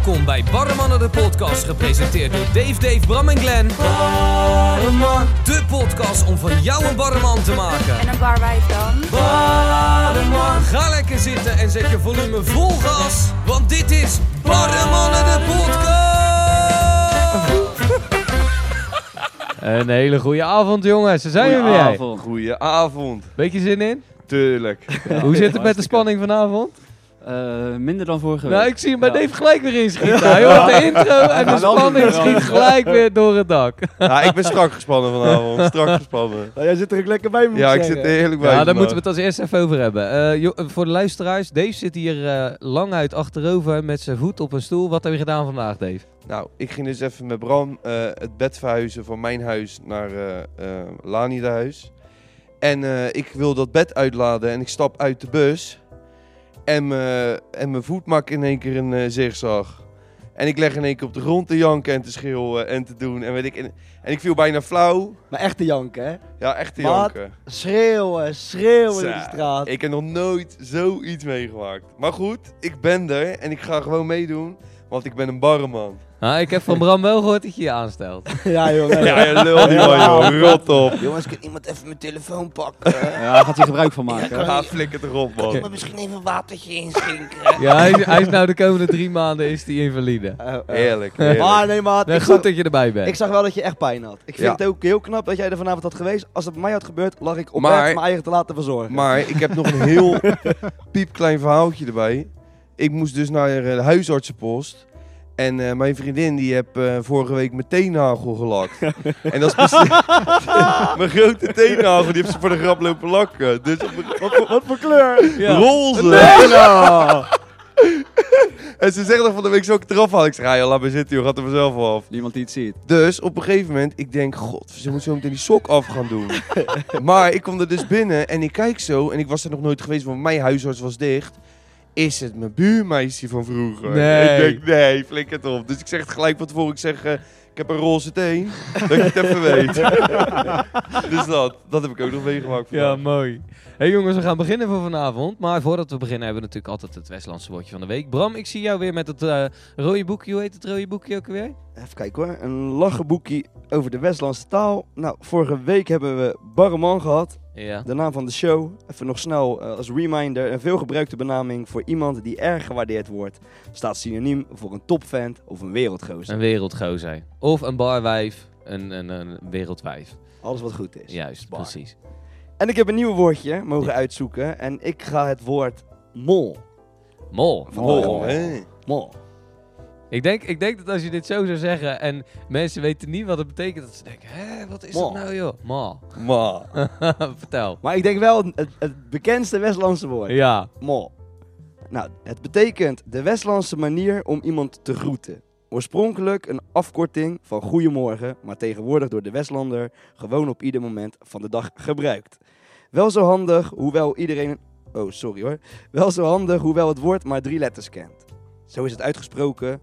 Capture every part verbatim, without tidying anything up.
Welkom bij Barremannen de podcast, gepresenteerd door Dave, Dave, Bram en Glenn. Barreman. De podcast om van jou een barreman te maken. En een barwijf dan? Barreman. Ga lekker zitten en zet je volume vol gas, want dit is Barremannen de podcast. Een hele goede avond, jongens. Daar zijn we weer. Avond. Goeie avond. Beetje zin in? Tuurlijk. Ja. Hoe zit het met de spanning vanavond? Uh, minder dan vorige week. Nou, ik zie hem bij ja. Dave gelijk weer inschieten. Hij hoort de intro en de spanning schiet gelijk weer door het dak. Ja, ik ben strak gespannen vanavond. Strak gespannen. Nou, jij zit er ook lekker bij, moet Ja, ik zeggen. zit er heerlijk bij. Ja, daar moeten we het als eerst even over hebben. Uh, jo- voor de luisteraars, Dave zit hier uh, lang uit achterover met zijn voet op een stoel. Wat heb je gedaan vandaag, Dave? Nou, ik ging dus even met Bram uh, het bed verhuizen van mijn huis naar uh, uh, Lani de huis. En uh, ik wil dat bed uitladen en ik stap uit de bus. En mijn voet maakt in één keer een uh, zigzag. En ik leg in één keer op de grond te janken en te schreeuwen en te doen. En, weet ik, en, en ik viel bijna flauw. Maar echt te janken, hè? Ja, echt te Wat? janken. Schreeuwen, schreeuwen in de Zo, straat. Ik heb nog nooit zoiets meegemaakt. Maar goed, ik ben er en ik ga gewoon meedoen. Want ik ben een barreman. Ah, ik heb van Bram wel gehoord dat je je aanstelt. Ja, jongen. Ja, je lul die man, joh. Rot op. Jongens, kan iemand even mijn telefoon pakken? Ja, daar gaat hij gebruik van maken. Ja, flikker erop, Kan man. iemand misschien even een watertje inschenken? Ja, hij is, hij is nou de komende drie maanden is die invalide. Uh, uh. Heerlijk, heerlijk. Maar nee, maat. Nee, ik, goed zag, dat je erbij bent. ik zag wel dat je echt pijn had. Ik vind Ja. het ook heel knap dat jij er vanavond had geweest. Als het bij mij had gebeurd, lag ik op Maar- bed mijn eigen te laten verzorgen. Maar ik heb nog een heel piepklein verhaaltje erbij. Ik moest dus naar de huisartsenpost. En uh, mijn vriendin die heb uh, vorige week mijn teennagel gelakt. En dat is precies... mijn grote teennagel, die heeft ze voor de grap lopen lakken. Dus op mijn... wat, voor, wat voor kleur? Ja. roze. Nee, nou. En ze zegt nog van de week, zou ik het eraf halen? Ik zeg, ja, joh, laat maar zitten, joh, gaat er vanzelf af. Niemand die het ziet. Dus op een gegeven moment, ik denk, god, ze moet zo meteen die sok af gaan doen. Maar ik kom er dus binnen en ik kijk zo, en ik was er nog nooit geweest, want mijn huisarts was dicht. Is het mijn buurmeisje van vroeger? Nee. Ik denk, nee, flik het op. Dus ik zeg het gelijk van tevoren, ik zeg, uh, ik heb een roze teen, dat je het even weet. Dus dat, dat heb ik ook nog meegemaakt vandaag. Ja, mooi. Hey jongens, we gaan beginnen voor vanavond. Maar voordat we beginnen hebben we natuurlijk altijd het Westlandse woordje van de week. Bram, ik zie jou weer met het uh, rode boekje. Hoe heet het rode boekje ook weer? Even kijken hoor. Een lachenboekje over de Westlandse taal. Nou, vorige week hebben we Barreman gehad. Ja. De naam van de show. Even nog snel uh, als reminder. Een veelgebruikte benaming voor iemand die erg gewaardeerd wordt. Staat synoniem voor een topvent of een wereldgozer. Een wereldgozer. Of een barwijf, een, een, een wereldwijf. Alles wat goed is. Juist, Bar. precies. En ik heb een nieuw woordje mogen uitzoeken. En ik ga het woord mol. Mol. Mol. Oh, hè. Mol. Ik denk, ik denk dat als je dit zo zou zeggen en mensen weten niet wat het betekent, dat ze denken, hé, wat is Mol. dat nou joh? Mol. Maar, Vertel. Maar ik denk wel het, het bekendste Westlandse woord. Ja. Mol. Nou, het betekent de Westlandse manier om iemand te groeten. Oorspronkelijk een afkorting van goeiemorgen, maar tegenwoordig door de Westlander gewoon op ieder moment van de dag gebruikt. Wel zo handig, hoewel iedereen... Oh, sorry hoor. Wel zo handig, hoewel het woord maar drie letters kent. Zo is het uitgesproken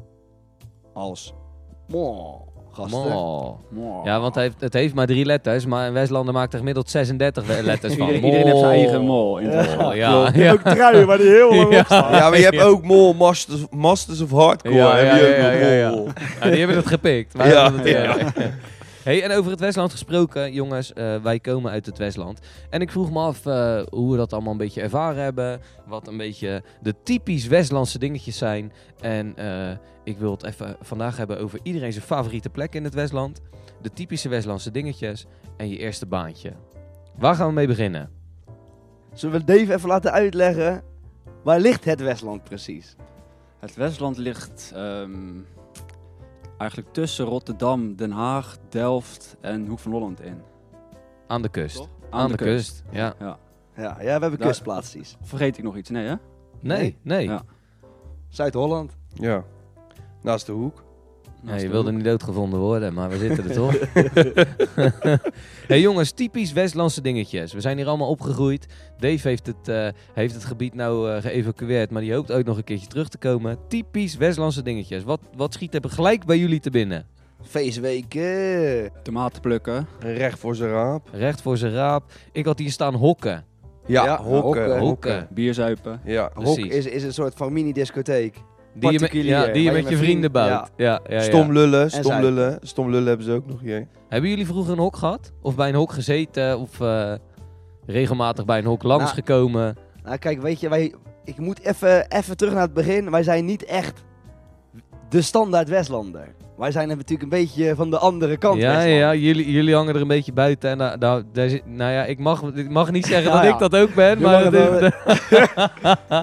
als mol. Gasten. Mol. Wow. Ja, want het heeft, het heeft maar drie letters, maar een Westlander maakt er gemiddeld zesendertig letters van. Iedereen, iedereen heeft zijn eigen mol. In het Mol, ja. Klopt. Je Ja. hebt ook truien waar die heel lang Ja. op staan. ja, maar je hebt ook Mol, Masters, Masters of Hardcore. Ja, heb ja, je ook ja, nog ja, ja. Mol. Nou, die hebben het gepikt. Wij Ja, hebben het, ja. ja. Hey, en over het Westland gesproken, jongens, uh, wij komen uit het Westland. En ik vroeg me af uh, hoe we dat allemaal een beetje ervaren hebben. Wat een beetje de typisch Westlandse dingetjes zijn. En uh, ik wil het even vandaag hebben over iedereen zijn favoriete plek in het Westland. De typische Westlandse dingetjes en je eerste baantje. Waar gaan we mee beginnen? Zullen we Dave even laten uitleggen, waar ligt het Westland precies? Het Westland ligt um, eigenlijk tussen Rotterdam, Den Haag, Delft en Hoek van Holland in. Aan de kust. Toch? Aan, de, kust. Ja. Ja. Ja, ja we hebben Daar- kustplaatsies. Vergeet ik nog iets? Nee, hè? Nee, nee. Ja. Zuid-Holland. Ja, naast de hoek. Ja, je wilde niet doodgevonden worden, maar we zitten er toch. Hey jongens, typisch Westlandse dingetjes. We zijn hier allemaal opgegroeid. Dave heeft het, uh, heeft het gebied nou uh, geëvacueerd, maar die hoopt ook nog een keertje terug te komen. Typisch Westlandse dingetjes. Wat, wat schiet er gelijk bij jullie te binnen? Feestweken. Tomaten plukken. Recht voor zijn raap. Recht voor zijn raap. Ik had hier staan hokken. Ja, Ja, hokken. hokken. hokken. Hokken. Bier zuipen. Ja. Hok Precies. is, is een soort van mini-discotheek. Die je met, particulier, ja, die je waar met je vrienden bouwt. Ja. Ja. Ja, ja, Stom lullen, En stom zij- lullen. Stom lullen hebben ze ook nog hier. Hebben jullie vroeger een hok gehad? Of bij een hok gezeten? Of eh, regelmatig bij een hok langsgekomen? Nou, kijk, weet je, wij, ik moet even even terug naar het begin. Wij zijn niet echt de standaard Westlander. Wij zijn natuurlijk een beetje van de andere kant Ja, Westlander. ja, jullie, jullie hangen er een beetje buiten. En daar, daar, daar zit- nou ja, ik mag, ik mag niet zeggen Ja, dat ja. ik dat ook ben. Je Maar mag het het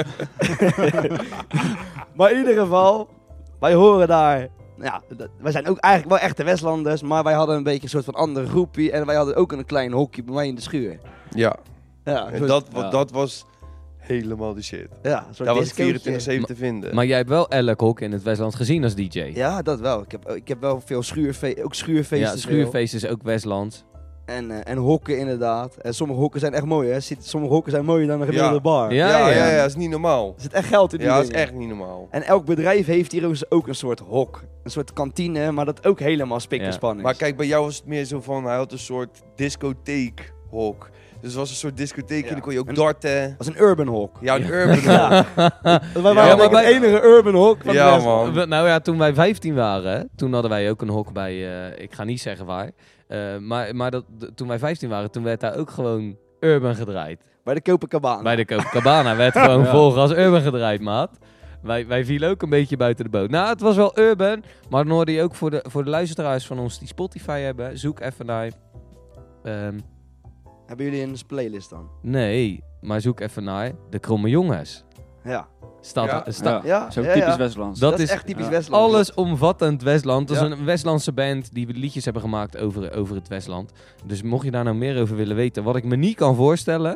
is- Maar in ieder geval, wij horen daar... Ja, dat- wij zijn ook eigenlijk wel echte Westlanders, maar wij hadden een beetje een soort van andere groepie. En wij hadden ook een klein hokje bij mij in de schuur. Ja, Ja, een en soort, dat, wa- Ja. dat was helemaal de shit. ja, een soort Daar was ik discootje. vierentwintig zeven te vinden. maar jij hebt wel elk hok in het Westland gezien als D J. Ja, dat wel. Ik heb, ik heb wel veel schuurfe ook schuurfeesten. Ja, schuurfeest is ook Westland. En, eh, en hokken inderdaad. En sommige hokken zijn echt mooi, hè. Zit- Sommige hokken zijn mooier dan een gemiddelde Ja. bar. Ja, ja, ja, ja. ja, dat is niet normaal. Er zit echt geld in die Ja, dat is dingen. echt niet normaal. En elk bedrijf heeft hier ook- ook een soort hok. Een soort kantine, maar dat ook helemaal spik en Ja. span is. Maar kijk, bij jou was het meer zo van, hij had een soort discotheekhok. Dus het was een soort discotheek, Ja. en dan kon je ook Een- darten. Dat was een urban hok. Ja, een urban hok. Ja. Wij waren maar denk ik wij- het enige urban hok van Ja, de Westland. man. We- Nou ja, toen wij vijftien waren, toen hadden wij ook een hok bij, eh, ik ga niet zeggen waar. Eh, maar maar dat, d- toen wij vijftien waren, toen werd daar ook gewoon urban gedraaid. Bij de Copacabana. Bij de Copacabana werd gewoon Ja. volgas urban gedraaid, maat. Wij, wij vielen ook een beetje buiten de boot. Nou, het was wel urban, maar dan hoorde je ook voor de, voor de luisteraars van ons die Spotify hebben, zoek even naar... ehm, Hebben jullie een playlist dan? nee, maar zoek even naar De Kromme Jongens. Ja. Staat, Ja. sta- Ja. Ja, Zo ja, typisch ja. Westlands. Dat Dat, is is echt typisch ja, Westland. Allesomvattend Westland. Dat is Ja. een Westlandse band die liedjes hebben gemaakt over, over het Westland. Dus mocht je daar nou meer over willen weten, wat ik me niet kan voorstellen.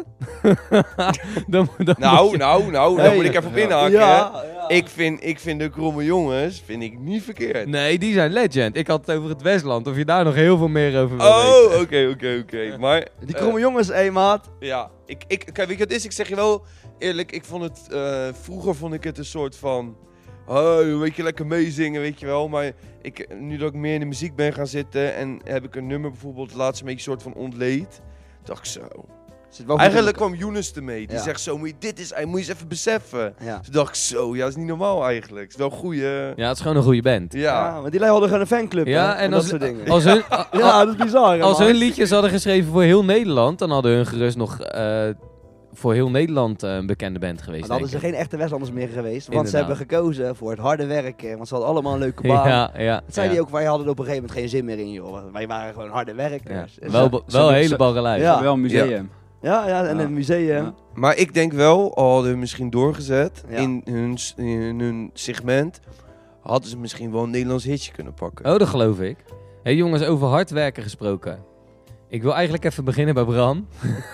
dan, dan Nou, moet je- nou, nou, Hey. daar moet ik even op inhaken. Ja, hè. ja. Ik, vind, ik vind de kromme jongens vind ik niet verkeerd. Nee, die zijn legend. Ik had het over het Westland. Of je daar nog heel veel meer over wil Oh, weten. oké, oké, oké. Maar, Die eh, kromme jongens, hé maat. ja, ik, ik, kijk, weet je wat het is? Ik zeg je wel eerlijk, ik vond het, eh, vroeger vond ik het een soort van, oh, een beetje lekker meezingen, weet je wel. Maar ik, nu dat ik meer in de muziek ben gaan zitten en heb ik een nummer bijvoorbeeld laatst een beetje soort van ontleed, dacht ik zo. Zit wel goed Eigenlijk in kwam Younes ermee, die Ja. zegt zo, moet je, dit is, moet je eens even beseffen. elkaar. Ja. Toen dacht ik zo, ja, dat is niet normaal eigenlijk. Het is wel een goede, Ja, het is gewoon een goede band. Ja. ja. maar die lui hadden gewoon een fanclub. Ja, hè, en en als, dat soort dingen. als, hun, Ja, dat is bizar. hè, als man. hun liedjes hadden geschreven voor heel Nederland, dan hadden hun gerust nog eh, voor heel Nederland eh, een bekende band geweest. Maar dan hadden ze denk geen echte Westlanders meer geweest. Want ze Inderdaad. hebben gekozen voor het harde werken. Want ze hadden allemaal een leuke ik. baan. Ja, ja. Dat zei ja. hij ook, wij hadden er op een gegeven moment geen zin meer in, joh. Want wij waren gewoon harde werkers. Ja. En Wel, zo- wel zo- een hele zo- barrelij. Ja. Wel een museum. Ja, ja, en Ja. een museum. Ja. Maar ik denk wel, al hadden hun misschien doorgezet Ja. in, hun, s- in hun segment, hadden ze misschien wel een Nederlands hitje kunnen pakken. Oh, dat geloof ik. Hé hey, jongens, over hard werken gesproken. Ik wil eigenlijk even beginnen bij Bram.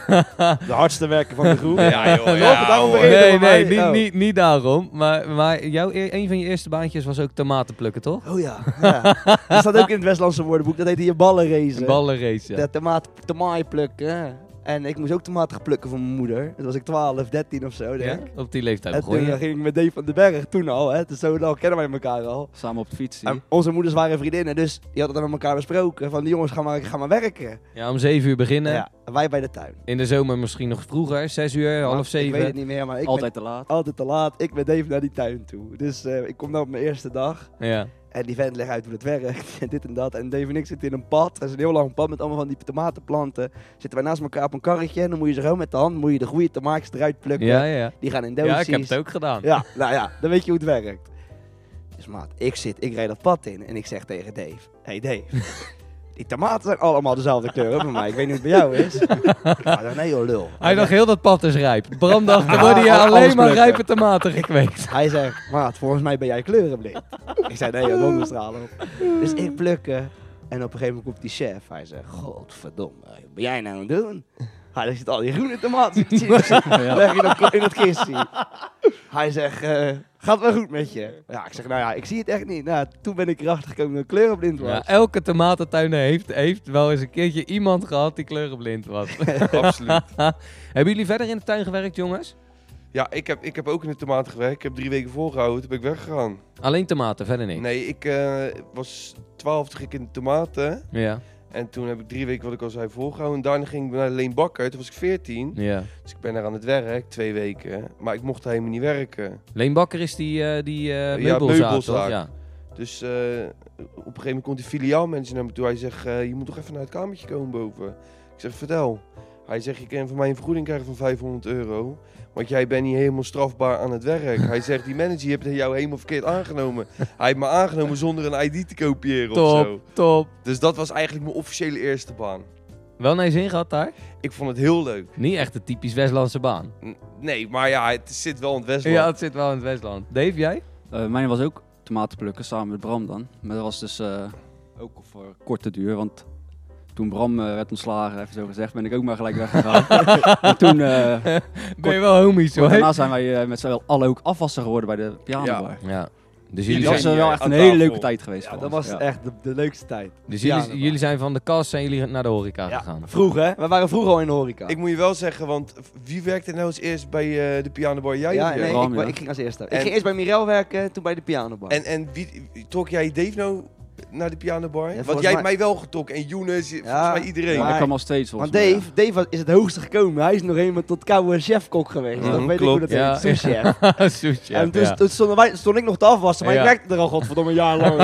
De hardste werker van de groep. Ja, joh, Nog, ja, daarom hoor. begin je Nee, door nee, mij. niet, Oh. niet, niet daarom. Maar, maar jouw, eer- een van je eerste baantjes was ook tomaten plukken, toch? Oh ja, ja. Dat staat ook in het Westlandse woordenboek. Dat heet hier ballen racen. Een ballenrace, ja. De tomaat, tomaai plukken. En ik moest ook tomaten gaan plukken van mijn moeder. Toen was ik twaalf, dertien of zo, Ja? denk ik. Op die leeftijd En begon toen je. eh, ging ik met Dave van den Berg, toen al, hè. Dus zo al kennen wij elkaar al. Samen op de fiets. En onze moeders waren vriendinnen, dus die hadden dan met elkaar besproken. Van, die jongens, gaan maar, gaan maar werken. Ja, om zeven uur beginnen. Ja, en wij bij de tuin. In de zomer misschien nog vroeger, zes uur, half Maar Ik weet zeven. het niet meer, maar ik Altijd te laat. ben altijd te laat. Ik met Dave naar die tuin toe. Dus eh, ik kom dan op mijn eerste dag. Ja. En die vent legt uit hoe het werkt. En dit en dat. En Dave en ik zitten in een pad. Dat is een heel lang pad met allemaal van die tomatenplanten. Zitten wij naast elkaar op een karretje. En dan moet je ze gewoon met de hand moet je de goede tomaatjes eruit plukken. Ja, ja, ja. Die gaan in doosjes. Ja, ik heb het ook gedaan. Ja, nou ja, dan weet je hoe het werkt. Dus maat, ik zit, ik rijd dat pad in. En ik zeg tegen Dave. Hey Dave. Die tomaten zijn allemaal dezelfde kleur bij mij. Ik weet niet hoe het bij jou is. Ik ga nee joh, lul. Hij dacht heel dat pad is rijp. Bram dacht, er Ja, worden hier alles alleen maar plukken. rijpe tomaten gekweekt. Hij zegt, maat, volgens mij ben jij kleurenblind. Ik zei, nee, joh, donderstralen op. Dus ik plukken. En op een gegeven moment komt die chef. Hij zegt, godverdomme, wat ben jij nou aan het doen? Hij zegt, al die groene tomaten. Leg je dat in het kistje. Hij zegt, eh, gaat wel goed met je? Ja, ik zeg, nou ja, ik zie het echt niet. Nou, toen ben ik erachter gekomen dat ik kleurenblind was. Ja, elke tomatentuiner heeft, heeft wel eens een keertje iemand gehad die kleurenblind was. Absoluut. Hebben jullie verder in de tuin gewerkt, jongens? Ja, ik heb, ik heb ook in de tomaten gewerkt. Ik heb drie weken volgehouden, toen ben ik weggegaan. Alleen tomaten, verder niks. Nee, ik eh, was twaalf, toen ging ik in de tomaten. Ja. En toen heb ik drie weken, wat ik al zei, volgehouden. En daarna ging ik naar Leen Bakker, toen was ik veertien. Ja. Dus ik ben daar aan het werk, twee weken. Maar ik mocht daar helemaal niet werken. Leen Bakker is die, uh, die uh, Ja, meubelzaak, meubelzaak. toch? Ja. Dus uh, op een gegeven moment komt die filiaalmanager naar me toe. Hij zegt, uh, je moet toch even naar het kamertje komen boven. Ik zeg, vertel. Hij zegt, je kan van mij een vergoeding krijgen van vijfhonderd euro. Want jij bent niet helemaal strafbaar aan het werk. Hij zegt, die manager heeft jou helemaal verkeerd aangenomen. Hij heeft me aangenomen zonder een I D te kopiëren Top, of zo. top. Dus dat was eigenlijk mijn officiële eerste baan. Wel naar je zin gehad daar? Ik vond het heel leuk. Niet echt de typisch Westlandse baan. N- nee, maar ja, het zit wel in het Westland. Ja, het zit wel in het Westland. Dave, jij? Uh, mijn was ook tomaten plukken samen met Bram dan. Maar dat was dus uh, ook voor korte duur, want toen Bram uh, werd ontslagen, even zo gezegd, ben ik ook maar gelijk weggegaan. En toen, uh, Ben je wel homies, hoor. daarna zijn wij uh, met z'n allen ook afwasser geworden bij de pianobar. Ja. Dus Jullie jullie Dat zijn, was uh, wel hier echt aan een hele tafel. leuke tijd geweest. Ja, voor dat ons. was Ja. echt de, de leukste tijd. dus jullie, Ja, jullie zijn van de kast zijn jullie naar de horeca Ja, gegaan. vroeger hè? We waren vroeger al in de horeca. Ik moet je wel zeggen, want wie werkte nou als eerst bij uh, de pianobar? Jij ja, of nee, jij? Bram, ik, ja. ik ging als eerste. En- Ik ging eerst bij Mirel werken, toen bij de pianobar. En, en wie, trok jij Dave nou naar de pianobar? Ja, Want volgens jij hebt mij- mij wel getrokken. En Younes, Ja, volgens mij iedereen. Ja, maar- ik kwam al steeds volgens Want mij, Dave, Dave was- is het hoogste gekomen. Hij is nog helemaal tot koude chefkok geweest. Mhm, dat weet klopt. ik hoe dat Ja. heet. Souschef. Sushi, En toen, ja. toen stond, wij, stond ik nog te afwassen, maar Ja. ik werkte er al godverdomme een jaar lang. En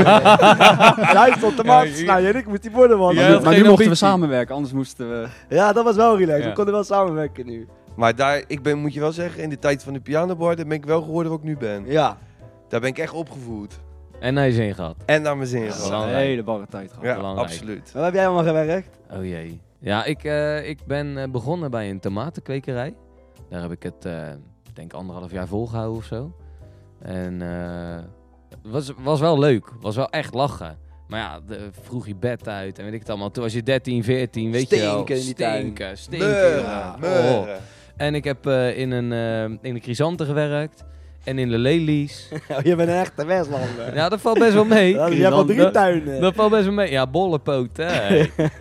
hij stond tomaten Ja, je- snijden en ik moest die borden wassen. Jij Maar, had maar geen nu mochten we ambitie. samenwerken, anders moesten we... Ja, dat was wel relaxed. Ja. We konden wel samenwerken nu. Maar daar, ik ben, moet je wel zeggen, in de tijd van de pianobar, daar ben ik wel geworden wat ik nu ben. Ja. Daar ben ik echt opgevoed. En naar je zin gehad. En naar mijn zin Ja, gehad. Een belangrijk. hele barre tijd gehad. Ja, belangrijk. absoluut. Waar heb jij allemaal gewerkt? Oh jee. Ja, ik, uh, ik ben uh, begonnen bij een tomatenkwekerij. Daar heb ik het, uh, denk anderhalf jaar volgehouden of zo. En uh, het was, was wel leuk. Was wel echt lachen. Maar ja, de, vroeg je bed uit en weet ik het allemaal. Toen was je dertien, veertien, weet je wel. Stinken in die tuin. Stinken, stinken. Meuren, Ja. Oh. meuren. En ik heb uh, in, een, uh, in de Chrysanten gewerkt. En in de lelies. Oh, je bent een echte Westlander. Ja, dat valt best wel mee. Ja, je hebt al drie Dat- tuinen. Dat valt best wel mee. Ja, bollenpoot, hè.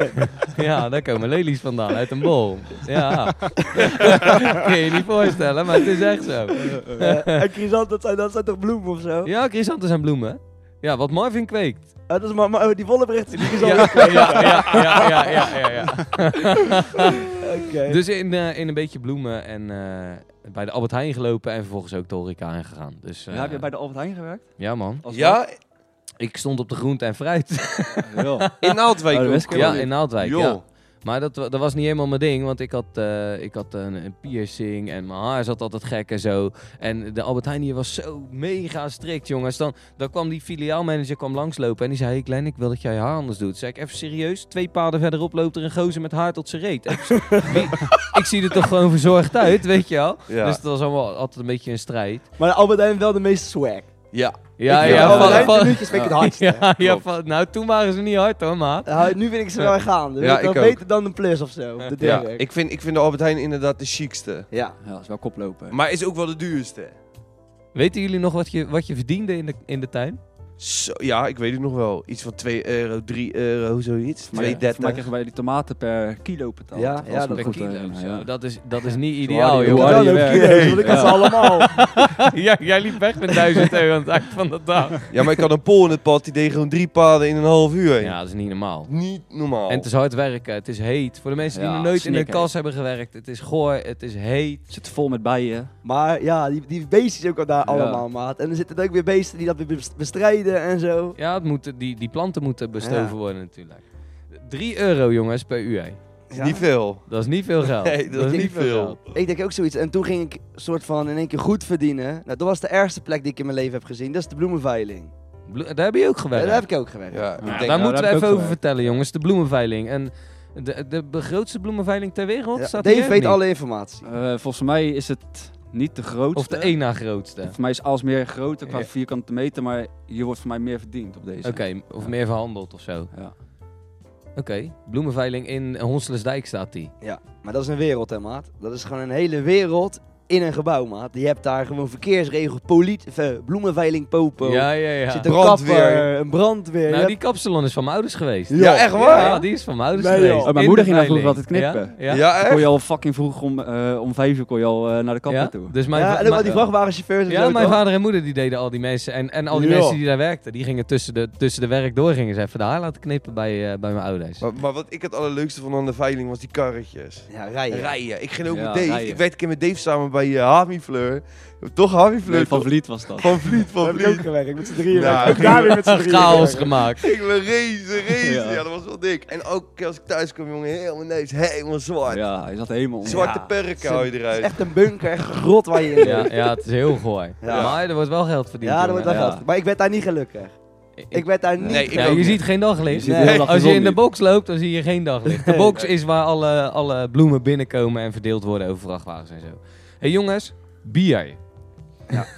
Ja, daar komen lelies vandaan, uit een bol. Ja. Kun je je niet voorstellen, maar het is echt zo. Uh, en chrysanten, dat zijn, dat zijn toch bloemen of zo? Ja, chrysanten zijn bloemen. Ja, wat Marvin kweekt. Uh, dat is maar, maar oh, die vollebrecht, die is al Ja, ja, ja, ja, ja, ja, ja, ja. Oké. Dus in, uh, in een beetje bloemen en uh, bij de Albert Heijn gelopen en vervolgens ook de horeca ingegaan. Dus, uh, Ja, heb je bij de Albert Heijn gewerkt? Ja, man. Als Ja, Ik stond op de groente en fruit. Ja. in Naaldwijk Oh, dat ook. wist ik Ja, niet. in Naaldwijk, Joh. ja. Maar dat, wa- dat was niet helemaal mijn ding, want ik had, uh, ik had een, een piercing en mijn haar zat altijd gek en zo. En de Albert Heijn hier was zo mega strikt, jongens. Dan, dan kwam die filiaalmanager kwam langslopen en die zei... Hey Glenn, ik wil dat jij je haar anders doet. Zeg ik, even serieus? Twee paden verderop loopt er een gozer met haar tot zijn reet. Even, wie- ik zie er toch gewoon verzorgd uit, weet je wel? Ja. Dus dat was allemaal altijd een beetje een strijd. Maar Albert Heijn wel de meeste swag. Ja. Ja, Ik ja, vind van- Albert Heijn van- minuutjes vind ik het hardste. ja, ja, Klopt. van- nou, toen waren ze niet hard hoor, maat. Uh, nu vind ik ze wel gaan. Dat Ja, is wel ik ook. beter dan een plus of zo. De Ja, Dirk. ik vind, ik vind de Albert Heijn inderdaad de chicste. Ja. Ja, dat is wel koplopen. Maar is ook wel de duurste. Weten jullie nog wat je, wat je verdiende in de, in de tuin? Zo, ja, ik weet het nog wel. Iets van twee euro, drie euro, zoiets. Maar twee voor mij dertig. kregen wij die tomaten per kilo betaald. Ja, Dat ja, was dat nog Per goed, kilo, eh, zo. ja. Dat, is, dat is niet Hoe ideaal, harder- joh. hoe Ik harder had je ook werkt. kilo's, want ik had ze Ja. allemaal. ja, jij liep weg met duizend euro aan het eind van de dag. Ja, maar ik had een Pool in het pad, die deed gewoon drie paden in een half uur heen. Ja, dat is niet normaal. Niet normaal. En het is hard werken, het is heet. Voor de mensen die Ja, nog nooit in de snikheet. kas hebben gewerkt, het is goor, het is heet. Het zit vol met bijen. Maar ja, die, die beestjes ook al daar Ja. allemaal, maat. En er zitten ook weer beesten die dat weer bes- bestrijden en zo. Ja, het moet, die, die planten moeten bestoven Ja. worden natuurlijk. drie euro jongens per uur. hè. Is niet veel. Dat is niet veel geld. Nee, dat is niet veel. geld. Ik denk ook zoiets. En toen ging ik soort van in één keer goed verdienen. Nou, dat was de ergste plek die ik in mijn leven heb gezien. Dat is de bloemenveiling. Blo- daar heb je ook Ja, gewerkt. daar heb ik ook gewerkt. Ja, Ja, ik daar denk, daar moeten we heb ik even ook over gewerkt. vertellen jongens. De bloemenveiling. En de, de, de grootste bloemenveiling ter wereld Ja, staat Dave hier of weet niet? alle informatie. Eh, volgens mij is het niet de grootste. Of de één na grootste. Voor mij is alles meer groter qua Ja. vierkante meter, maar hier wordt voor mij meer verdiend op deze. Oké, of Ja. meer verhandeld of zo. Ja. Oké, bloemenveiling in Honselensdijk staat die. Ja, maar dat is een wereld, hè, maat. Dat is gewoon een hele wereld in een gebouw, maat. Je hebt daar gewoon verkeersregels, politie, eh, bloemenveiling, popo. Ja, ja, ja. Zit een Brandweer. kapper, een brandweer. Nou, Je die kapsalon is van mijn ouders geweest. Ja, Ja, echt waar? Ja, die is van mijn ouders Nee, geweest. joh. Oh, mijn In moeder de ging daar vroeger veiling. altijd knippen. Ja, ja. Ja, Dan echt? kon je al fucking vroeg om, uh, om vijf uur kon je al uh, naar de kapper Ja? toe. Dus mijn, ja, va- en ook al mijn- die vrachtwagenchauffeurs en ja, zo, mijn toch? vader en moeder die deden al die mensen. En, en al die Ja. mensen die daar werkten, die gingen tussen de, tussen de werk door, gingen ze even de haar laten knippen bij, uh, bij mijn ouders. Maar, maar wat ik het allerleukste vond aan de veiling was die karretjes. Ja, rijden. Rijden. Ik ging ook Ja, met Dave. rijden. Ik werd een keer met Dave samen bij uh, Havifleur. Toch Havifleur? Nee, van toch? Vliet was dat. Van Vliet, van Dat heb ik ook Vliet. gewerkt, met z'n drieën. Nou, ook ging- daar weer met z'n drieën. Chaos gewerkt. gemaakt. Gingen we racen, racen. Ja. Ja. dat was wel dik. En ook als ik thuis kwam, jongen, helemaal neus, helemaal zwart. Ja, hij zat helemaal onder. Zwarte Ja. perken hou je Het eruit. is echt een bunker, echt grot waar je in Ja, leeft. ja, het is heel gooi. Ja. Maar er wordt wel geld verdiend. Ja, dat wordt wel jongen. geld. Maar ik werd daar niet gelukkig. Ik werd daar niet Nee, ik Ja, ook je niet. ziet geen daglicht. Je ziet Nee. de hele dag Als je zon in de niet. box loopt, dan zie je geen daglicht. De box is waar alle, alle bloemen binnenkomen en verdeeld worden over vrachtwagens en zo. Hé hey, jongens, bier. Ja.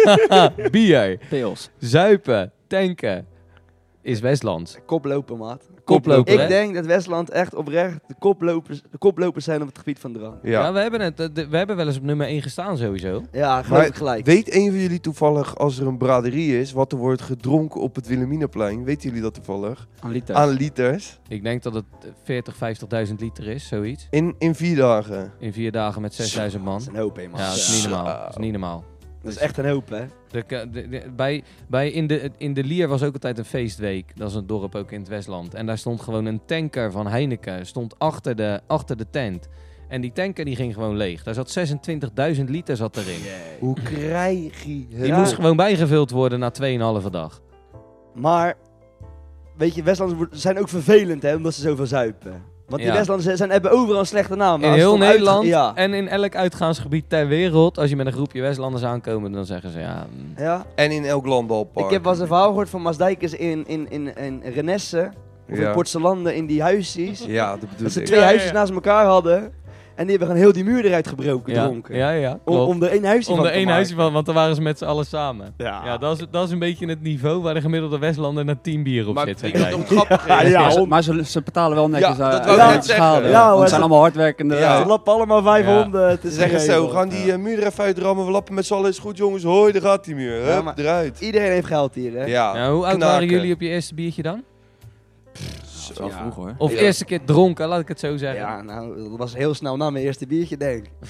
Bier. Pils. Zuipen, tanken is Westlands. Koploper, maat. Koploper, Ik hè? denk dat Westland echt oprecht de koplopers, de koplopers zijn op het gebied van drank. Ja, Ja. we, hebben het, eh, de- we hebben wel eens op nummer één gestaan sowieso. Ja, geloof Maar ik gelijk. weet een van jullie toevallig, als er een braderie is, wat er wordt gedronken op het Wilhelminaplein? Weten jullie dat toevallig? Aan liter. Aan liters. Ik denk dat het veertig, vijftigduizend liter is, zoiets. In, in vier dagen. In vier dagen met zesduizend man. Dat is een hoop, hè, man. Ja, dat is niet Zo. normaal. Dat is niet normaal. Dat is echt een hoop, hè. De, de- de- bij, bij in, de, in de Lier was ook altijd een feestweek. Dat is een dorp ook in het Westland. En daar stond gewoon een tanker van Heineken stond achter de, achter de tent. En die tanker die ging gewoon leeg. Daar zat zesentwintigduizend liter zat erin. Hoe krijg je het? Die moest gewoon bijgevuld worden na tweeënhalve dag. Maar, weet je, Westlanders worden- zijn ook vervelend, hè, omdat ze zoveel zuipen. Want die Ja. Westlanders zijn, hebben overal een slechte naam. In Als heel het om uit- Nederland Ja. en in elk uitgaansgebied ter wereld. Als je met een groepje Westlanders aankomen, dan zeggen ze ja... mm, Ja. En in elk landbalpark. Ik heb wel eens een verhaal gehoord van Maasdijkers in, in, in, in Renesse. Of Ja. in Portselanden, in die huisjes. Ja, dat bedoel Dat ze ik. twee Ja, ja, huisjes ja. naast elkaar hadden. En die hebben gewoon heel die muur eruit gebroken, ja, dronken. ja, ja. Om, klopt. om er één huisje Om van er te één maken. huisje van, want dan waren ze met z'n allen samen. Ja. Ja, dat is, dat is een beetje het niveau waar de gemiddelde Westlander naar tien bier op Maar zit. weet zeg je wat jij. ook grappig Ja, is? ja, maar ze, hond- maar ze, ze betalen wel netjes Ja, uit dat uit wou ik de net schade. zeggen. Ja, Want hoor, het zijn ze- allemaal hardwerkende... Ja. Ze lappen allemaal vijfhonderd. Ze zeggen zo, gaan die uh, muur er even uitrammen, we lappen met z'n allen, is goed jongens, hoi, daar gaat die muur. Ja, Hup, maar- eruit. Iedereen heeft geld hier, hè? Ja, Ja, hoe oud knaken. waren jullie op je eerste biertje dan? Dat is wel Ja. vroeg hoor. Of Ja. eerste keer dronken, laat ik het zo zeggen. Ja, nou, dat was heel snel na mijn eerste biertje, denk ik.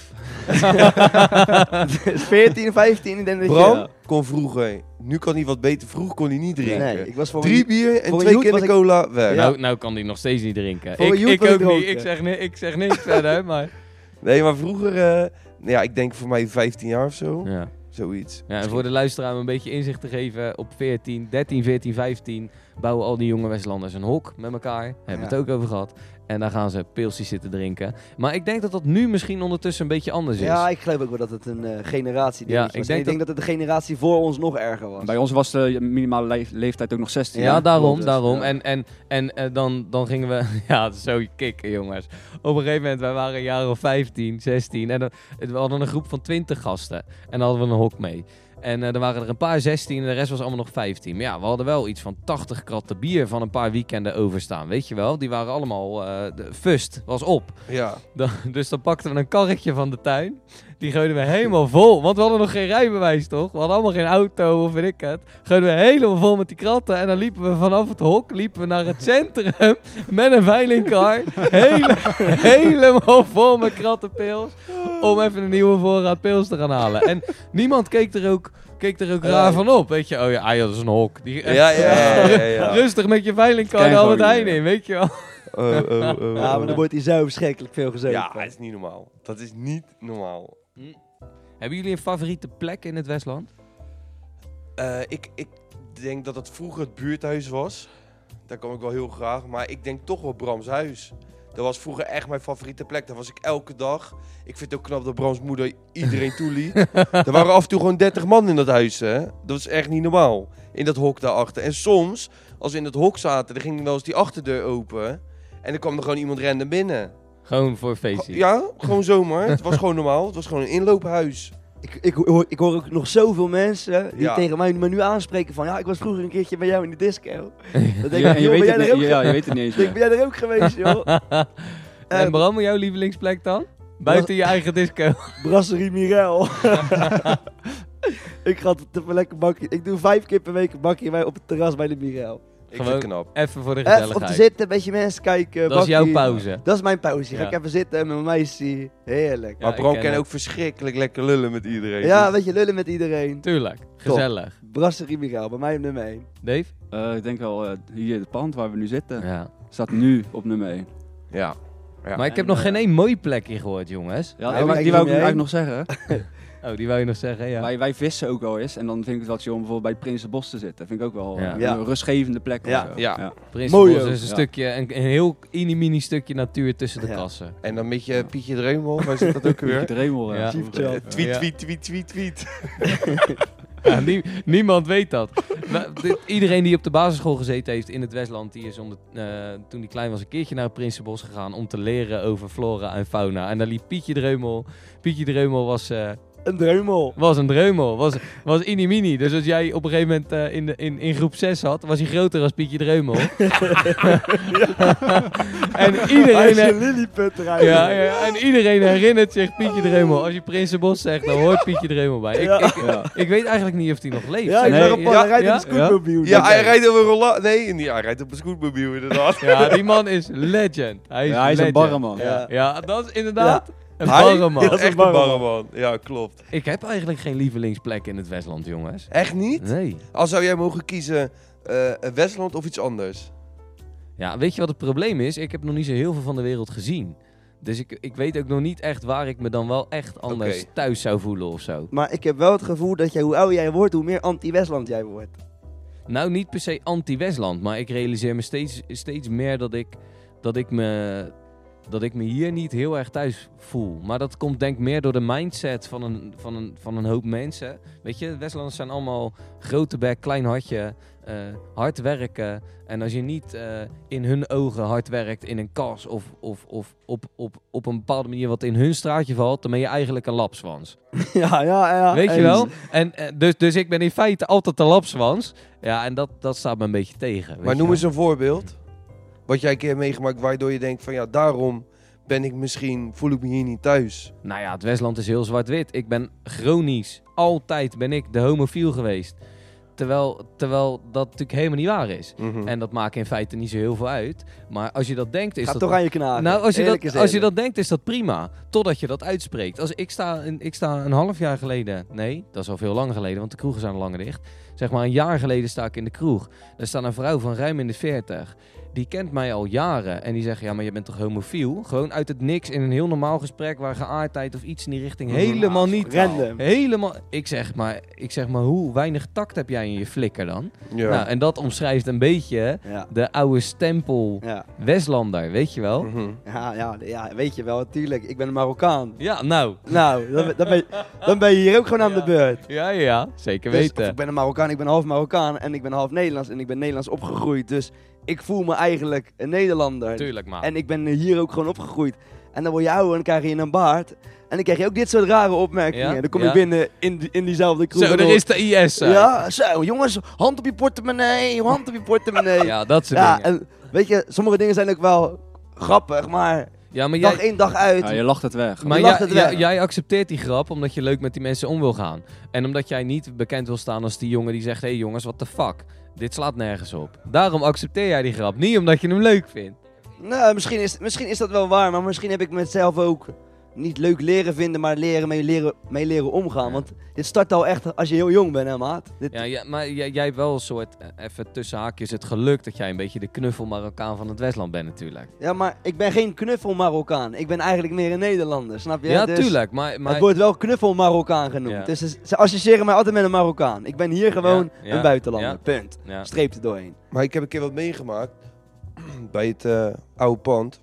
veertien, vijftien, ik denk dat je... Bram kon vroeger, nu kan hij wat beter, vroeger kon hij niet drinken. Nee, ik was voor Drie bier en voor een twee joet keer was de ik- cola weg. Ja. Nou, nou kan die nog steeds niet drinken. Voor Ik, een joet ik wil ik ook niet. dronken. Ik zeg, ni ik zeg niks verder, maar... Nee, maar vroeger, eh, ja, ik denk voor mij vijftien jaar of zo, Ja. zoiets. Ja, en voor de luisteraar om een beetje inzicht te geven, op veertien, dertien, veertien, vijftien bouwen al die jonge Westlanders een hok met elkaar. Daar hebben we Ja. het ook over gehad. En daar gaan ze pilsjes zitten drinken. Maar ik denk dat dat nu misschien ondertussen een beetje anders is. Ja, ik geloof ook wel dat het een uh, generatie Ja, was. ik Ik denk denk, dat... het de generatie voor ons nog erger was. Bij ons was de minimale le- leeftijd ook nog zestien. Ja, Ja, daarom, klopt, daarom. ja. En, en, en eh, dan, dan gingen we... Ja, het is zo kicken, jongens. Op een gegeven moment, wij waren een jaar of vijftien, zestien. En dan, we hadden een groep van twintig gasten. En dan hadden we een hok mee. En uh, er waren er een paar zestien en de rest was allemaal nog vijftien. Maar ja, we hadden wel iets van tachtig kratten bier van een paar weekenden overstaan. Weet je wel? Die waren allemaal... Uh, de fust was op. Ja. Dan, dus dan pakten we een karretje van de tuin. Die gooiden we helemaal vol. Want we hadden nog geen rijbewijs, toch? We hadden allemaal geen auto of weet ik het. Gooiden we helemaal vol met die kratten. En dan liepen we vanaf het hok liepen we naar het centrum met een veilingkar. Hele, helemaal vol met kratten pils. Om even een nieuwe voorraad pils te gaan halen. En niemand keek er ook, keek er ook raar van op. Weet je, oh ja, ah, ja, dat is een hok. Die, Ja, ja, ja, ja, ja. Rustig met je veilingkar Kijk de Albert gewoon, Heijn ja. in, weet je wel. Oh, oh, oh, oh. Ja, maar dan wordt hij zo verschrikkelijk veel gezopen. Ja, dat is niet normaal. Dat is niet normaal. Hebben jullie een favoriete plek in het Westland? Eh, ik, ik denk dat het vroeger het buurthuis was. Daar kwam ik wel heel graag. Maar ik denk toch wel Brams huis. Dat was vroeger echt mijn favoriete plek. Daar was ik elke dag. Ik vind het ook knap dat Brams moeder iedereen toeliet. Er waren af en toe gewoon dertig man in dat huis. Hè? Dat is echt niet normaal. In dat hok daarachter. En soms, als we in dat hok zaten, dan ging wel eens die achterdeur open. En dan kwam er gewoon iemand random binnen. Gewoon voor een feestje. Ja, gewoon zomaar. Het was gewoon normaal. Het was gewoon een inloophuis. Ik, ik, hoor, ik hoor ook nog zoveel mensen die Ja. tegen mij me nu aanspreken van... Ja, ik was vroeger een keertje bij jou in de disco. Dan denk Ja, ik, en je joh, weet ben jij het er niet, ook ja, je weet het niet eens Ik denk, meer. ben jij er ook geweest, joh? En Ehm, Bram, jouw lievelingsplek dan? Buiten je eigen disco. Brasserie Mirel. Ik ga het een lekker bakje. Ik doe vijf keer per week een bakje bij op het terras bij de Mirel. Ik Gewoon vind het knap. Even voor de Even op gezelligheid. te zitten, een beetje mensen kijken. Dat is bakkie. jouw pauze. Dat is mijn pauze. Ga Ja. ik even zitten met mijn meisje. Heerlijk. Ja, Maar ik Bram ken kan het. ook verschrikkelijk lekker lullen met iedereen. Ja, Dus- een beetje lullen met iedereen. Tuurlijk. Gezellig. Brasserie Mirel, bij mij op nummer één. Dave? Eh, ik denk wel, eh, hier het pand waar we nu zitten, Ja. staat nu op nummer één. Ja. Ja. Maar ik heb En, nog eh, geen één mooi plekje gehoord, jongens. Ja, Nou, die, maar die ik wou ik noem je eigenlijk nog zeggen. Oh, die wou je nog zeggen, ja. Wij, wij vissen ook wel eens en dan vind ik het wel chill om bijvoorbeeld bij Prinsenbos te zitten. Dat vind ik ook wel Ja. eh, Ja. een rustgevende plek. of Ja. zo. Ja. Prinsenbos Mooi is ook. een Ja. stukje, een, een heel mini-mini stukje natuur tussen de Ja. kassen. En dan met je Pietje Dreumel, waar zit dat ook Weer. weer? De Remel, Ja. ja. Chief Chill. Eh, Tweet, Ja. tweet, tweet, tweet, tweet. Ja, nie- niemand weet dat. We- dit- iedereen die op de basisschool gezeten heeft in het Westland, die is om de, eh, toen hij klein was een keertje naar het Prinsenbos gegaan om te leren over flora en fauna. En daar liep Pietje Dreumel. Pietje Dreumel was, eh, Een dreumel. was een dreumel, was, was mini-mini. Dus als jij op een gegeven moment eh, in, de, in, in groep zes zat, was hij groter als Pietje Dreumel. En Hij iedereen... is een lilliputter Ja, eigenlijk. ja, en iedereen herinnert zich Pietje Dreumel. Als je Prinsenbos zegt, dan hoort Pietje Dreumel bij. Ik, Ja. ik, Ja. ik weet eigenlijk niet of hij nog leeft. Ja, ik Nee, zag een ja, pan, hij rijdt ja, in een scootmobiel. Ja, hij Oké. rijdt op een rolla... Nee, niet, hij rijdt op een scootmobiel inderdaad. Ja, die man is legend. Hij is, Ja, hij is een legend. barreman. Ja. Ja, dat is inderdaad een Hij? barreman. Ja, dat is Echt een een barreman. barreman. Ja, klopt. Ik heb eigenlijk geen lievelingsplek in het Westland, jongens. Echt niet? Nee. Als zou jij mogen kiezen eh, Westland of iets anders? Ja, weet je wat het probleem is? Ik heb nog niet zo heel veel van de wereld gezien. Dus ik, ik weet ook nog niet echt waar ik me dan wel echt anders Oké. thuis zou voelen of zo. Maar ik heb wel het gevoel dat jij, hoe ouder jij wordt, hoe meer anti-Westland jij wordt. Nou, niet per se anti-Westland, maar ik realiseer me steeds, steeds meer dat ik, dat, ik me, dat ik me hier niet heel erg thuis voel. Maar dat komt denk ik meer door de mindset van een, van een, van een hoop mensen. Weet je, Westlanders zijn allemaal grote bek, klein hartje, eh, hard werken. En als je niet eh, in hun ogen hard werkt in een kas of, of, of op, op, op een bepaalde manier wat in hun straatje valt, dan ben je eigenlijk een lapswans. Ja, ja, ja. Weet je eens. wel? En, eh, dus, dus ik ben in feite altijd de lapswans. Ja, en dat, dat staat me een beetje tegen. weet Maar je noem wel. eens een voorbeeld. Wat jij een keer hebt meegemaakt waardoor je denkt van ja, daarom ben ik misschien, voel ik me hier niet thuis. Nou ja, het Westland is heel zwart-wit. Ik ben chronisch, altijd ben ik de homofiel geweest. Terwijl, terwijl dat natuurlijk helemaal niet waar is. Mhm. En dat maakt in feite niet zo heel veel uit. Maar als je dat denkt, is Ga dat... toch aan je knagen. Nou, als je, Eerlijk dat, is als je eerlijk. dat denkt, is dat prima. Totdat je dat uitspreekt. Als ik, sta, een- ik sta een half jaar geleden... Nee, dat is al veel langer geleden, want de kroegen zijn al langer dicht. Zeg maar een jaar geleden sta ik in de kroeg. Er staat een vrouw van ruim in de veertig. Die kent mij al jaren. En die zegt, ja, maar je bent toch homofiel? Gewoon uit het niks in een heel normaal gesprek... waar geaardheid of iets in die richting helemaal niet... Random. Helemaal... Ik zeg, maar, ik zeg maar, hoe weinig tact heb jij in je flikker dan? Ja. Nou, en dat omschrijft een beetje Ja. de oude stempel Ja. Westlander, weet je wel? Mhm. Ja, ja, ja, weet je wel, natuurlijk. Ik ben een Marokkaan. Ja, nou. Nou, dan, dan, ben, je, dan ben je hier ook gewoon aan de beurt. Ja, ja, zeker Dus, weten. of ik ben een Marokkaan, ik ben half Marokkaan en ik ben half Nederlands en ik ben Nederlands opgegroeid. Dus ik voel me eigenlijk een Nederlander. Tuurlijk, maar. En ik ben hier ook gewoon opgegroeid. En dan word je ouder en dan krijg je een baard. En dan krijg je ook dit soort rare opmerkingen. Ja? Dan kom Ja. je binnen in, die- in diezelfde kroeg. Zo, en er dan- is de I S. hè. Ja, zo, jongens, hand op je portemonnee, hand op je portemonnee. Ja, dat soort Ja, dingen. en weet je, sommige dingen zijn ook wel grappig, maar Ja, maar dag jij, in, dag uit. Ja, je lacht het weg. maar je jij, lacht het jij, weg. jij accepteert die grap omdat je leuk met die mensen om wil gaan. En omdat jij niet bekend wil staan als die jongen die zegt... Hé hey jongens, what the fuck? Dit slaat nergens op. Daarom accepteer jij die grap. Niet omdat je hem leuk vindt. Nou, misschien is, misschien is dat wel waar, maar misschien heb ik mezelf ook niet leuk leren vinden, maar leren mee leren, mee leren omgaan. Ja. Want dit start al echt als je heel jong bent, hè maat? Dit, Ja, ja, maar jij, jij hebt wel een soort, eh, even tussen haakjes, het geluk dat jij een beetje de knuffel Marokkaan van het Westland bent natuurlijk. Ja, maar ik ben geen knuffel Marokkaan. Ik ben eigenlijk meer een Nederlander, snap je? Ja, Dus tuurlijk. Maar, maar Het wordt wel knuffel Marokkaan genoemd. Ja. Dus ze- ze associëren mij altijd met een Marokkaan. Ik ben hier gewoon Ja, ja, een buitenlander, ja. punt. ja. Streep er doorheen. Maar ik heb een keer wat meegemaakt bij het eh, oude pand.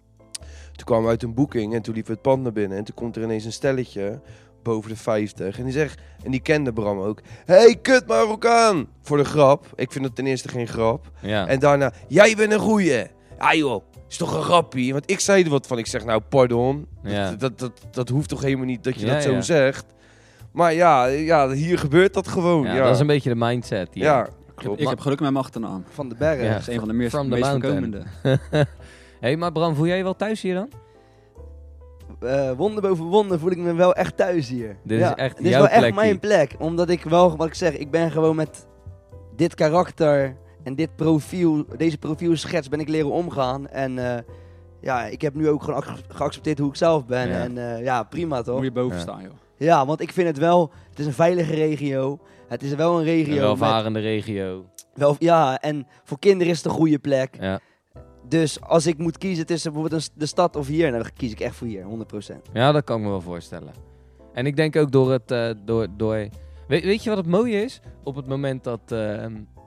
Toen kwamen we uit een boeking en toen liepen we het pand naar binnen. En toen komt er ineens een stelletje boven de vijftig. En die zegt, en die kende Bram ook. Hey, kut Marokkaan! Voor de grap. Ik vind het ten eerste geen grap. Ja. En daarna, jij bent een goeie. Ja joh, is toch een grappie? Want ik zei er wat van. Ik zeg, nou pardon. Ja. Dat, dat, dat, dat hoeft toch helemaal niet dat je Ja, dat zo ja. zegt. Maar ja, ja, hier gebeurt dat gewoon. Ja, Ja, dat is een beetje de mindset hier. ja klopt. Ik heb geluk met mijn achternaam. Van de bergen. Ja. Dat is een van de meest, From the meest mountain. voorkomende. Hé, maar Bram, voel jij je wel thuis hier dan? uh, wonder boven wonder voel ik me wel echt thuis hier. Dit ja, is echt Dit is jouw wel echt plekje. mijn plek. Omdat ik wel, wat ik zeg, ik ben gewoon met dit karakter en dit profiel, deze profielschets ben ik leren omgaan. En uh, ja, ik heb nu ook gewoon ac- geaccepteerd hoe ik zelf ben. Ja. En uh, ja, prima toch? Moet je boven Ja. staan, joh. Ja, want ik vind het wel, het is een veilige regio. Het is wel een regio. Een met- welvarende regio. wel, ja, en voor kinderen is het een goede plek. Ja. Dus als ik moet kiezen tussen bijvoorbeeld een, de stad of hier, dan kies ik echt voor hier, honderd procent. ja, dat kan ik me wel voorstellen. En ik denk ook door het... Uh, door, door... Weet, weet je wat het mooie is? Op het moment dat... Uh,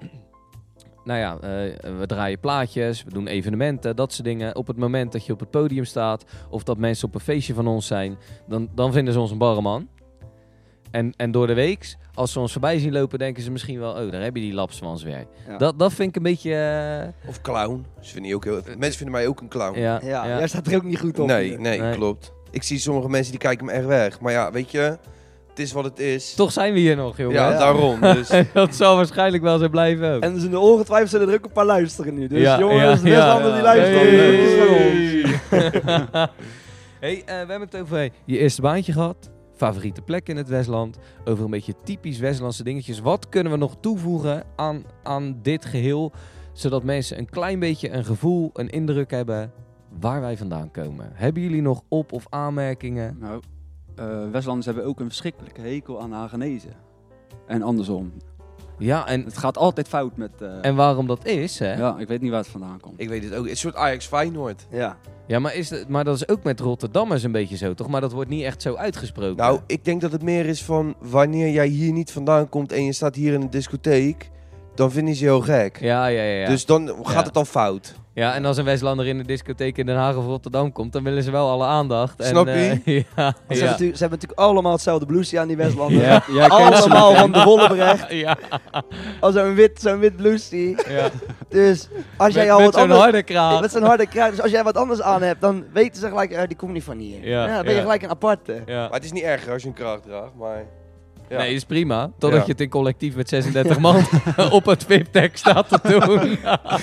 nou ja, uh, we draaien plaatjes, we doen evenementen, dat soort dingen. Op het moment dat je op het podium staat of dat mensen op een feestje van ons zijn, dan, dan vinden ze ons een barreman. En, en door de weeks, als ze ons voorbij zien lopen, denken ze misschien wel, oh, daar heb je die lapswans weer. Ja. Dat, dat vind ik een beetje... Uh, Of clown. Ze vinden je ook heel... Mensen vinden mij ook een clown. ja, Ja, ja. jij staat er ook niet goed op. nee, hier. nee, Nee. klopt. Ik zie sommige mensen die kijken me echt weg. Maar ja, weet je, het is wat het is. Toch zijn we hier nog, jongen. Ja, Ja. daarom. Dus En dat zal waarschijnlijk wel zo blijven ook. En ze ongetwijfeld zullen er ook een paar luisteren nu. Dus Ja, jongens, de ja, Westlanders ja. die luisteren, Hey. drukjes voor ons. Hey, uh, we hebben het over je eerste baantje gehad. Favoriete plek in het Westland. Over een beetje typisch Westlandse dingetjes. Wat kunnen we nog toevoegen aan, aan dit geheel? Zodat mensen een klein beetje een gevoel, een indruk hebben waar wij vandaan komen. Hebben jullie nog op- of aanmerkingen? Nou, uh, Westlanders hebben ook een verschrikkelijke hekel aan Hagenezen. En andersom. Ja, en, Het gaat altijd fout met... Uh, en waarom dat is, hè? Ja, ja, ik weet niet waar het vandaan komt. ik weet het ook. Het is een soort Ajax Feyenoord. Ja. maar, is het, maar dat is ook met Rotterdammers een beetje zo, toch? Maar dat wordt niet echt zo uitgesproken. Nou, ik denk dat het meer is van wanneer jij hier niet vandaan komt en je staat hier in een discotheek, dan vinden ze je heel gek. ja, ja, ja. ja. Dus dan gaat Ja. het al fout. Ja, en als een Westlander in de discotheek in Den Haag of Rotterdam komt, dan willen ze wel alle aandacht. En, Snap je? eh, ja, Ze, hebben ja. natuurlijk, ze hebben natuurlijk allemaal hetzelfde blouseje aan die Westlanders. Ja. Jij kent ze Allemaal niet, hè? van de Wollebrecht. ja, Al zo'n wit, zo'n wit blouseje. ja. Dus als jij Met, al met wat zo'n anders... harde kraag. Met zo'n harde kruid. Dus als jij wat anders aan hebt, dan weten ze gelijk, eh, die komt niet van hier. Ja, Ja, dan ben je ja. gelijk een aparte. Ja. Maar het is niet erger als je een kraag draagt, maar... Ja. Nee, is prima. Totdat Ja. je het in collectief met zesendertig man op het V I P-tek staat te doen.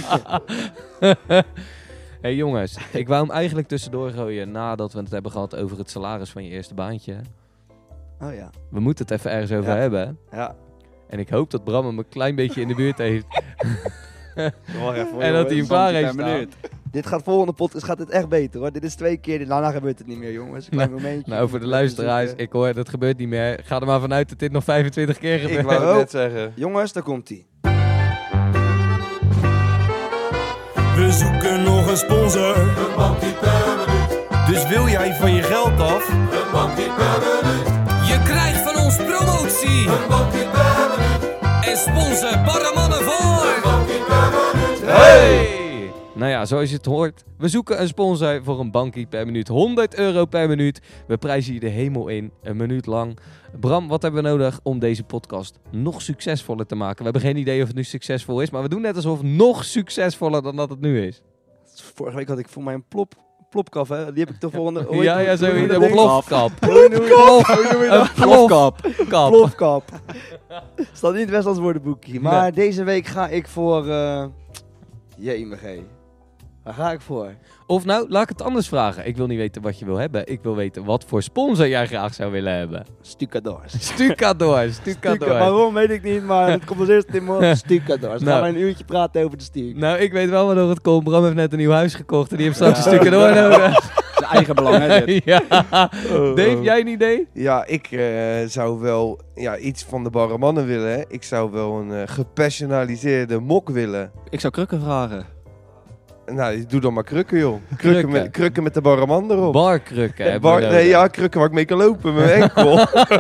Hey jongens, ik wou hem eigenlijk tussendoor gooien nadat we het hebben gehad over het salaris van je eerste baantje. Oh ja. We moeten het even ergens over Ja. hebben. Ja. En ik hoop dat Bram hem een klein beetje in de buurt heeft. Wacht even, En dat hij hem klaar heeft per staan. minuut. Dit gaat volgende podcast gaat dit echt beter hoor. Dit is twee keer, daarna gebeurt het niet meer jongens. Een klein momentje. Nou, voor de luisteraars, ik hoor dat gebeurt niet meer. Ga er maar vanuit dat dit nog vijfentwintig keer gebeurt. Ik wou het Oh. net zeggen. Jongens, daar komt hij. We zoeken nog een sponsor. Een bankie per minuut. Dus wil jij van je geld af? Een bankie per minuut. Je krijgt van ons promotie. Een bankie per minuut. En sponsor Barremannen voor. Een bankie per minuut. Hey! Nou ja, zoals je het hoort, we zoeken een sponsor voor een bankie per minuut. honderd euro per minuut. We prijzen je de hemel in, een minuut lang. Bram, wat hebben we nodig om deze podcast nog succesvoller te maken? We hebben geen idee of het nu succesvol is, maar we doen net alsof het nog succesvoller dan dat het nu is. Vorige week had ik voor mij een plop, plopkaf hè. Die heb ik toch volgende... hoe heet Ja, die- ja, zo hoe heet een dat ding? plofkap. Hoe noem je dat? Hoe noem je dat? Een plofkap. Kap. Plofkap. Staat niet in het Westlands woordenboekje. Maar deze week ga ik voor... Uh... Jemig. Waar ga ik voor? Of nou, laat ik het anders vragen. Ik wil niet weten wat je wil hebben. Ik wil weten wat voor sponsor jij graag zou willen hebben. Stucadoors. Stucadoors. Stuca, Stucadoors. waarom weet ik niet, maar het komt als eerste in mijn Stucadoors. Dan Nou. gaan we een uurtje praten over de Stuc. Nou, ik weet wel waardoor het komt. Bram heeft net een nieuw huis gekocht en die heeft straks een Stucador nodig. Zijn eigen belang, hè, dit. Ja. Oh, Dave, oh. jij een idee? Ja, ik eh, zou wel ja, iets van de barremannen willen. Hè. Ik zou wel een eh, gepersonaliseerde mok willen. Ik zou krukken vragen. Nou, doe dan maar krukken, joh. Krukken, Krukken. Met, krukken met de barreman erop. Barkrukken. hebben Bar- we nee, nodig. ja, krukken waar ik mee kan lopen met mijn enkel.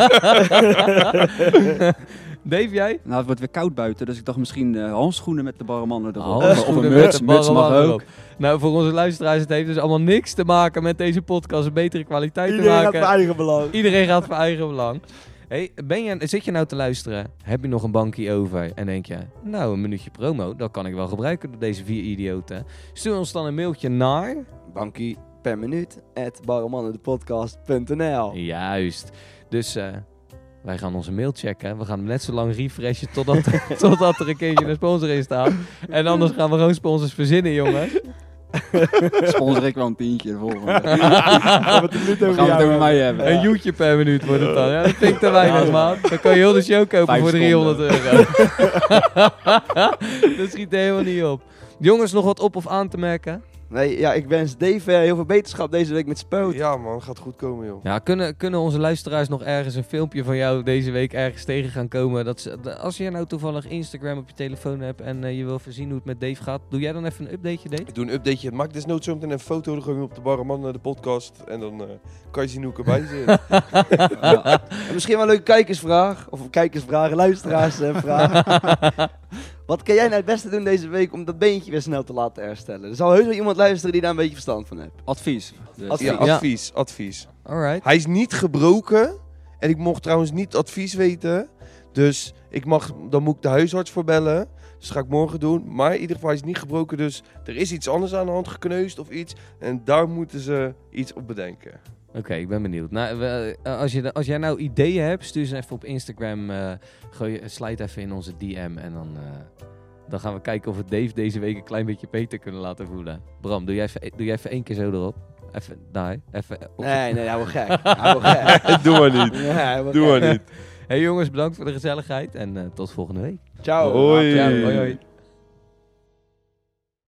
Dave, jij? Nou, het wordt weer koud buiten, dus ik dacht misschien uh, handschoenen met de barremannen erop. Handschoenen of een met muts, de muts mag barremannen ook. erop. Nou, voor onze luisteraars, het heeft dus allemaal niks te maken met deze podcast een betere kwaliteit Iedereen te gaat maken. voor eigen belang. Iedereen gaat voor eigen belang. Hey, ben je, zit je nou te luisteren? Heb je nog een bankje over? En denk je, nou, een minuutje promo, dat kan ik wel gebruiken door deze vier idioten. Stuur ons dan een mailtje naar... Bankie per minuut at barremannendepodcast punt n l. Juist. Dus uh, wij gaan onze mail checken. We gaan hem net zo lang refreshen totdat, totdat er een keertje een sponsor in staat. En anders gaan we gewoon sponsors verzinnen, jongens. Sponsor ik wel een tientje de volgende. Gaan we het een minuut Dan over gaan we het jou over mij hebben. hebben. Een joetje per minuut wordt het dan. Ja, dat vind ik te weinig, Ja, man. Dan kan je heel de show kopen Vijf voor driehonderd euro. Dat schiet er helemaal niet op. Jongens, nog wat op of aan te merken? Nee, ja, ik wens Dave eh, heel veel beterschap deze week met Spoot. Ja man, gaat goed komen joh. Ja, kunnen, kunnen onze luisteraars nog ergens een filmpje van jou deze week ergens tegen gaan komen? Dat ze, de- als je nou toevallig Instagram op je telefoon hebt en eh, je wil even zien hoe het met Dave gaat, doe jij dan even een updateje, Dave? Ik doe een updateje. Maak desnoods zo meteen een foto er gewoon op de Barreman uh, de podcast. En dan uh, kan je zien hoe ik erbij zit. Ja. En misschien wel een leuke kijkersvraag. Of kijkersvragen, luisteraars eh, vraag. Wat kan jij nou het beste doen deze week om dat beentje weer snel te laten herstellen? Er zal heus wel iemand luisteren die daar een beetje verstand van heeft. Advies. Dus. Advies. Ja, Ja. advies, advies. Alright. Hij is niet gebroken. En ik mocht trouwens niet advies weten. Dus ik mag, dan moet ik de huisarts voor bellen. Dus dat ga ik morgen doen. Maar in ieder geval, hij is niet gebroken. Dus er is iets anders aan de hand gekneusd of iets. En daar moeten ze iets op bedenken. Oké, ik ben benieuwd. Nou, we- eh, als, je, als jij nou ideeën hebt, stuur ze even op Instagram. eh gooi, slide even in onze D M en dan, eh, dan gaan we kijken of we Dave deze week een klein beetje beter kunnen laten voelen. Bram, doe jij even, doe jij even één keer zo erop. Even daar. Even op Nee, nee, hij wordt gek. Hij wordt gek. Doe maar niet. Ja, hij wordt Doe gek. maar niet. Hey jongens, bedankt voor de gezelligheid en eh, tot volgende week. Ciao. Hoi. Ja, hoi hoi.